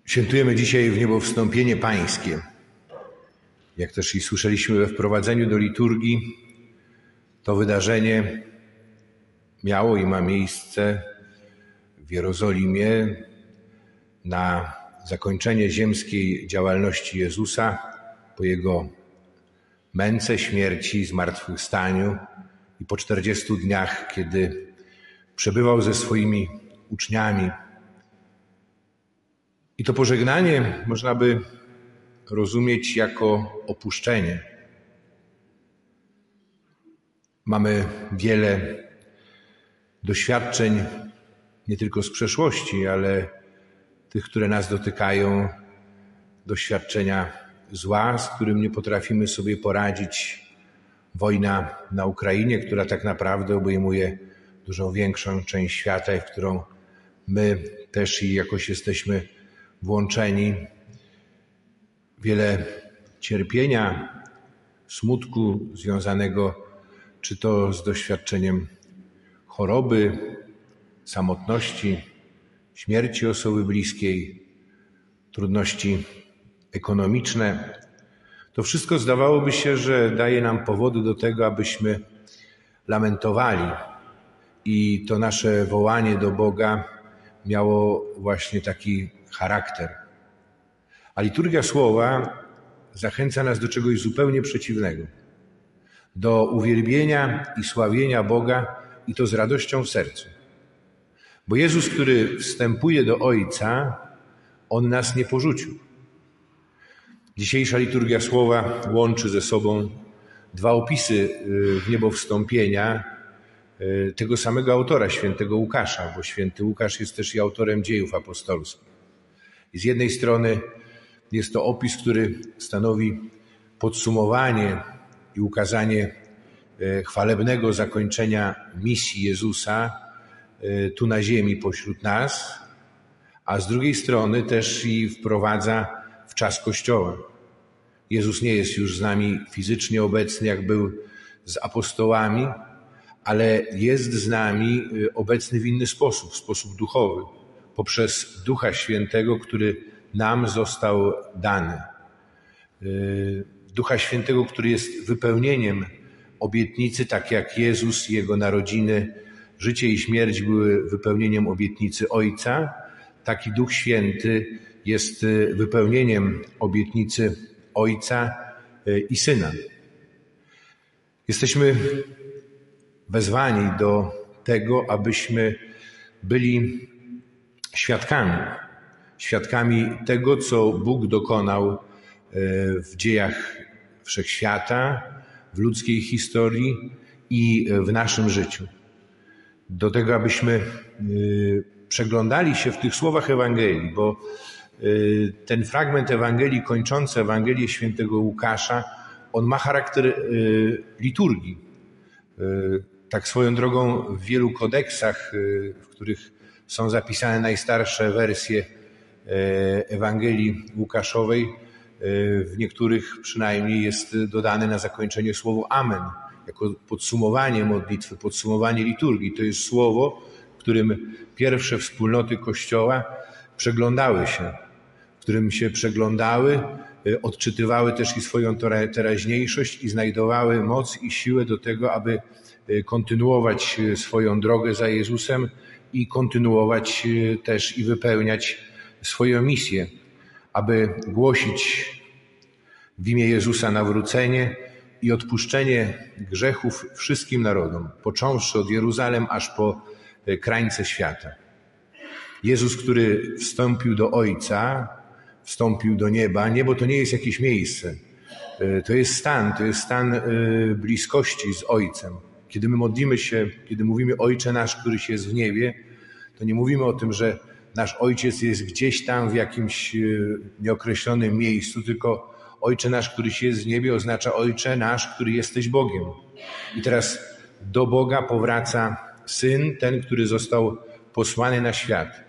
Świętujemy dzisiaj w niebowstąpienie Pańskie. Jak też i słyszeliśmy we wprowadzeniu do liturgii, to wydarzenie miało i ma miejsce w Jerozolimie na zakończenie ziemskiej działalności Jezusa po Jego męce, śmierci, zmartwychwstaniu i po 40 dniach, kiedy przebywał ze swoimi uczniami. I to pożegnanie można by rozumieć jako opuszczenie. Mamy wiele doświadczeń, nie tylko z przeszłości, ale tych, które nas dotykają, doświadczenia zła, z którym nie potrafimy sobie poradzić. Wojna na Ukrainie, która tak naprawdę obejmuje dużo większą część świata i w którą my też i jakoś jesteśmy włączeni. Wiele cierpienia, smutku związanego czy to z doświadczeniem choroby, samotności, śmierci osoby bliskiej, trudności ekonomiczne. To wszystko zdawałoby się, że daje nam powody do tego, abyśmy lamentowali i to nasze wołanie do Boga miało właśnie taki charakter. A liturgia słowa zachęca nas do czegoś zupełnie przeciwnego. Do uwielbienia i sławienia Boga i to z radością w sercu. Bo Jezus, który wstępuje do Ojca, On nas nie porzucił. Dzisiejsza liturgia słowa łączy ze sobą dwa opisy wniebowstąpienia tego samego autora, świętego Łukasza, bo święty Łukasz jest też i autorem dziejów apostolskich. I z jednej strony jest to opis, który stanowi podsumowanie i ukazanie chwalebnego zakończenia misji Jezusa tu na ziemi pośród nas, a z drugiej strony też i wprowadza w czas Kościoła. Jezus nie jest już z nami fizycznie obecny, jak był z apostołami, ale jest z nami obecny w inny sposób, w sposób duchowy, poprzez Ducha Świętego, który nam został dany. Ducha Świętego, który jest wypełnieniem obietnicy, tak jak Jezus, Jego narodziny, życie i śmierć były wypełnieniem obietnicy Ojca, taki Duch Święty jest wypełnieniem obietnicy Ojca i Syna. Jesteśmy wezwani do tego, abyśmy byli świadkami tego, co Bóg dokonał w dziejach wszechświata, w ludzkiej historii i w naszym życiu. Do tego, abyśmy przeglądali się w tych słowach Ewangelii, bo ten fragment Ewangelii kończący Ewangelię świętego Łukasza, on ma charakter liturgii. Tak swoją drogą w wielu kodeksach, w których są zapisane najstarsze wersje Ewangelii Łukaszowej, w niektórych przynajmniej jest dodane na zakończenie słowo Amen, jako podsumowanie modlitwy, podsumowanie liturgii. To jest słowo, w którym pierwsze wspólnoty Kościoła przeglądały się, w którym się przeglądały, odczytywały też i swoją teraźniejszość i znajdowały moc i siłę do tego, aby kontynuować swoją drogę za Jezusem i kontynuować też i wypełniać swoją misję, aby głosić w imię Jezusa nawrócenie i odpuszczenie grzechów wszystkim narodom, począwszy od Jeruzalem aż po krańce świata. Jezus, który wstąpił do Ojca, wstąpił do nieba. Niebo to nie jest jakieś miejsce. To jest stan bliskości z Ojcem. Kiedy my modlimy się, kiedy mówimy Ojcze nasz, któryś jest w niebie, to nie mówimy o tym, że nasz Ojciec jest gdzieś tam w jakimś nieokreślonym miejscu, tylko Ojcze nasz, któryś jest w niebie, oznacza Ojcze nasz, który jesteś Bogiem. I teraz do Boga powraca Syn, ten, który został posłany na świat.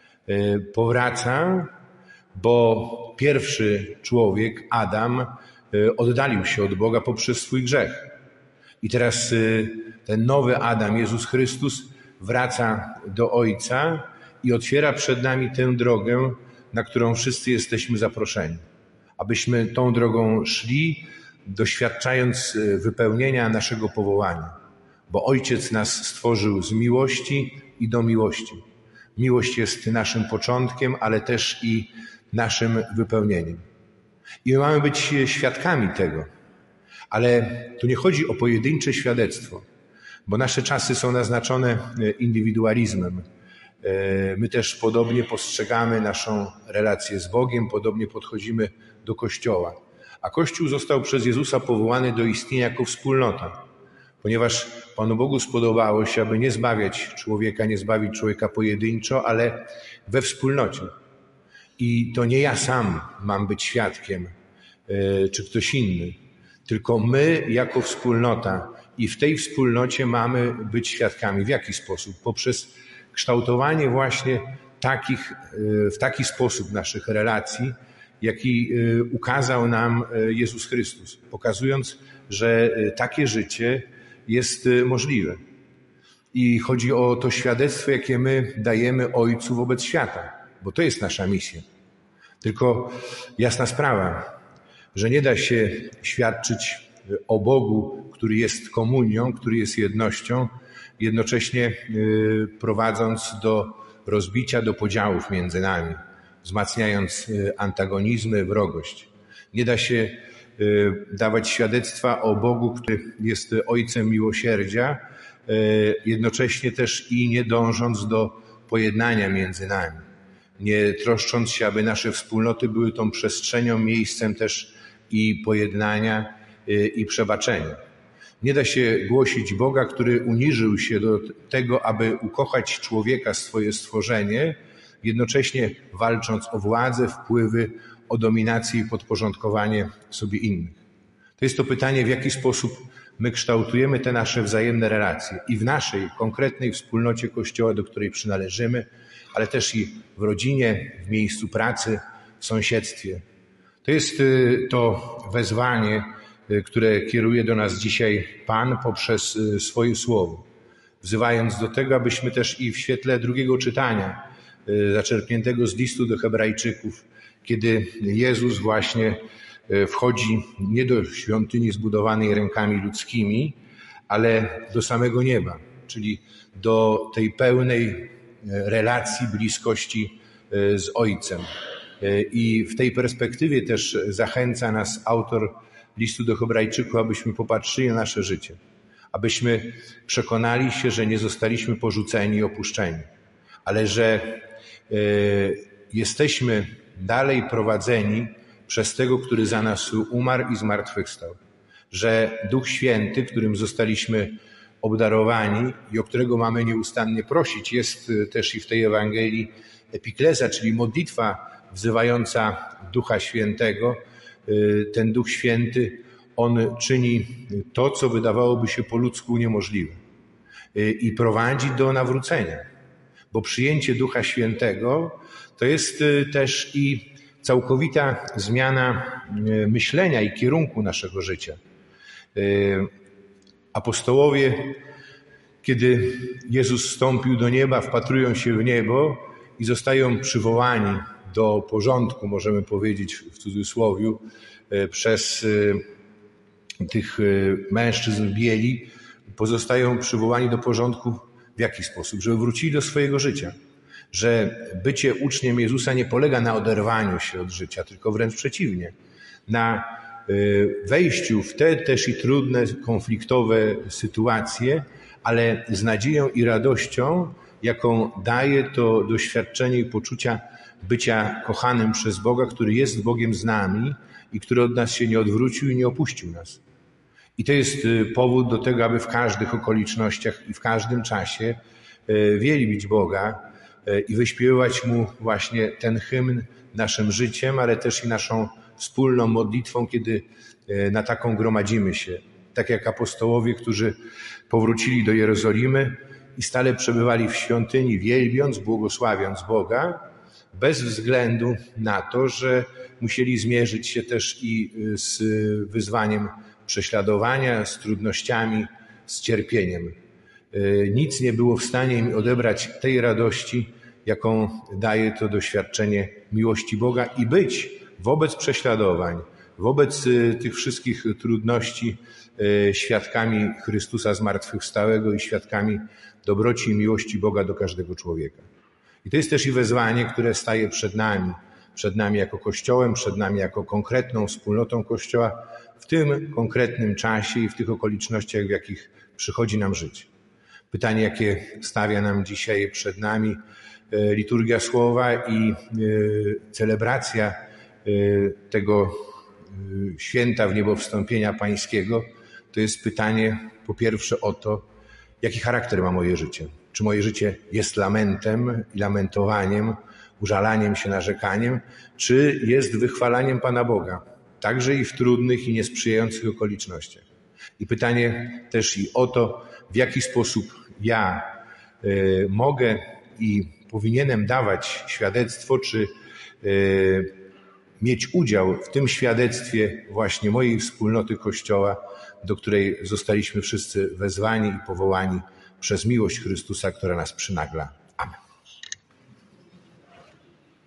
Powraca, bo pierwszy człowiek, Adam, oddalił się od Boga poprzez swój grzech. I teraz ten nowy Adam, Jezus Chrystus, wraca do Ojca i otwiera przed nami tę drogę na którą wszyscy jesteśmy zaproszeni. Abyśmy tą drogą szli, doświadczając wypełnienia naszego powołania. Bo Ojciec nas stworzył z miłości i do miłości. Miłość jest naszym początkiem, ale też i naszym wypełnieniem. I my mamy być świadkami tego. Ale tu nie chodzi o pojedyncze świadectwo, bo nasze czasy są naznaczone indywidualizmem. My też podobnie postrzegamy naszą relację z Bogiem, podobnie podchodzimy do Kościoła. A Kościół został przez Jezusa powołany do istnienia jako wspólnota, ponieważ Panu Bogu spodobało się, aby nie zbawić człowieka pojedynczo, ale we wspólnocie. I to nie ja sam mam być świadkiem, czy ktoś inny, tylko my jako wspólnota i w tej wspólnocie mamy być świadkami. W jaki sposób? Poprzez kształtowanie właśnie w taki sposób naszych relacji, jaki ukazał nam Jezus Chrystus, pokazując, że takie życie jest możliwe. I chodzi o to świadectwo, jakie my dajemy Ojcu wobec świata, bo to jest nasza misja. Tylko jasna sprawa, że nie da się świadczyć o Bogu, który jest komunią, który jest jednością, jednocześnie prowadząc do rozbicia, do podziałów między nami, wzmacniając antagonizmy, wrogość. Nie da się dawać świadectwa o Bogu, który jest Ojcem miłosierdzia, jednocześnie też i nie dążąc do pojednania między nami. Nie troszcząc się, aby nasze wspólnoty były tą przestrzenią, miejscem też i pojednania, i przebaczenia. Nie da się głosić Boga, który uniżył się do tego, aby ukochać człowieka, swoje stworzenie, jednocześnie walcząc o władzę, wpływy, o dominację i podporządkowanie sobie innych. To jest to pytanie, w jaki sposób my kształtujemy te nasze wzajemne relacje i w naszej konkretnej wspólnocie Kościoła, do której przynależymy, ale też i w rodzinie, w miejscu pracy, w sąsiedztwie. To jest to wezwanie, które kieruje do nas dzisiaj Pan poprzez swoje słowo, wzywając do tego, abyśmy też i w świetle drugiego czytania, zaczerpniętego z listu do Hebrajczyków, kiedy Jezus właśnie wchodzi nie do świątyni zbudowanej rękami ludzkimi, ale do samego nieba, czyli do tej pełnej relacji, bliskości z Ojcem. I w tej perspektywie też zachęca nas autor listu do Hebrajczyków, abyśmy popatrzyli na nasze życie, abyśmy przekonali się, że nie zostaliśmy porzuceni i opuszczeni, ale że jesteśmy dalej prowadzeni przez tego, który za nas umarł i zmartwychwstał, że Duch Święty, którym zostaliśmy obdarowani i o którego mamy nieustannie prosić, jest też i w tej Ewangelii epikleza, czyli modlitwa wzywająca Ducha Świętego. Ten Duch Święty, on czyni to, co wydawałoby się po ludzku niemożliwe i prowadzi do nawrócenia, bo przyjęcie Ducha Świętego to jest też i całkowita zmiana myślenia i kierunku naszego życia. Apostołowie, kiedy Jezus wstąpił do nieba, wpatrują się w niebo i zostają przywołani do porządku, możemy powiedzieć w cudzysłowiu, przez tych mężczyzn bieli, pozostają przywołani do porządku w jaki sposób? Żeby wrócili do swojego życia. Że bycie uczniem Jezusa nie polega na oderwaniu się od życia, tylko wręcz przeciwnie. Na wejściu w te też i trudne, konfliktowe sytuacje, ale z nadzieją i radością, jaką daje to doświadczenie i poczucia bycia kochanym przez Boga, który jest Bogiem z nami i który od nas się nie odwrócił i nie opuścił nas. I to jest powód do tego, aby w każdych okolicznościach i w każdym czasie wielbić Boga i wyśpiewywać Mu właśnie ten hymn naszym życiem, ale też i naszą wspólną modlitwą, kiedy na taką gromadzimy się. Tak jak apostołowie, którzy powrócili do Jerozolimy i stale przebywali w świątyni, wielbiąc, błogosławiąc Boga, bez względu na to, że musieli zmierzyć się też i z wyzwaniem prześladowania, z trudnościami, z cierpieniem. Nic nie było w stanie im odebrać tej radości, jaką daje to doświadczenie miłości Boga i być wobec prześladowań, wobec tych wszystkich trudności świadkami Chrystusa zmartwychwstałego i świadkami dobroci i miłości Boga do każdego człowieka. I to jest też i wezwanie, które staje przed nami jako Kościołem, przed nami jako konkretną wspólnotą Kościoła w tym konkretnym czasie i w tych okolicznościach, w jakich przychodzi nam życie. Pytanie, jakie stawia nam dzisiaj przed nami liturgia słowa i celebracja tego święta wniebowstąpienia Pańskiego, to jest pytanie po pierwsze o to, jaki charakter ma moje życie. Czy moje życie jest lamentem i lamentowaniem, użalaniem się, narzekaniem, czy jest wychwalaniem Pana Boga, także i w trudnych i niesprzyjających okolicznościach. I pytanie też i o to, w jaki sposób ja mogę i powinienem dawać świadectwo, czy mieć udział w tym świadectwie właśnie mojej wspólnoty Kościoła, do której zostaliśmy wszyscy wezwani i powołani przez miłość Chrystusa, która nas przynagla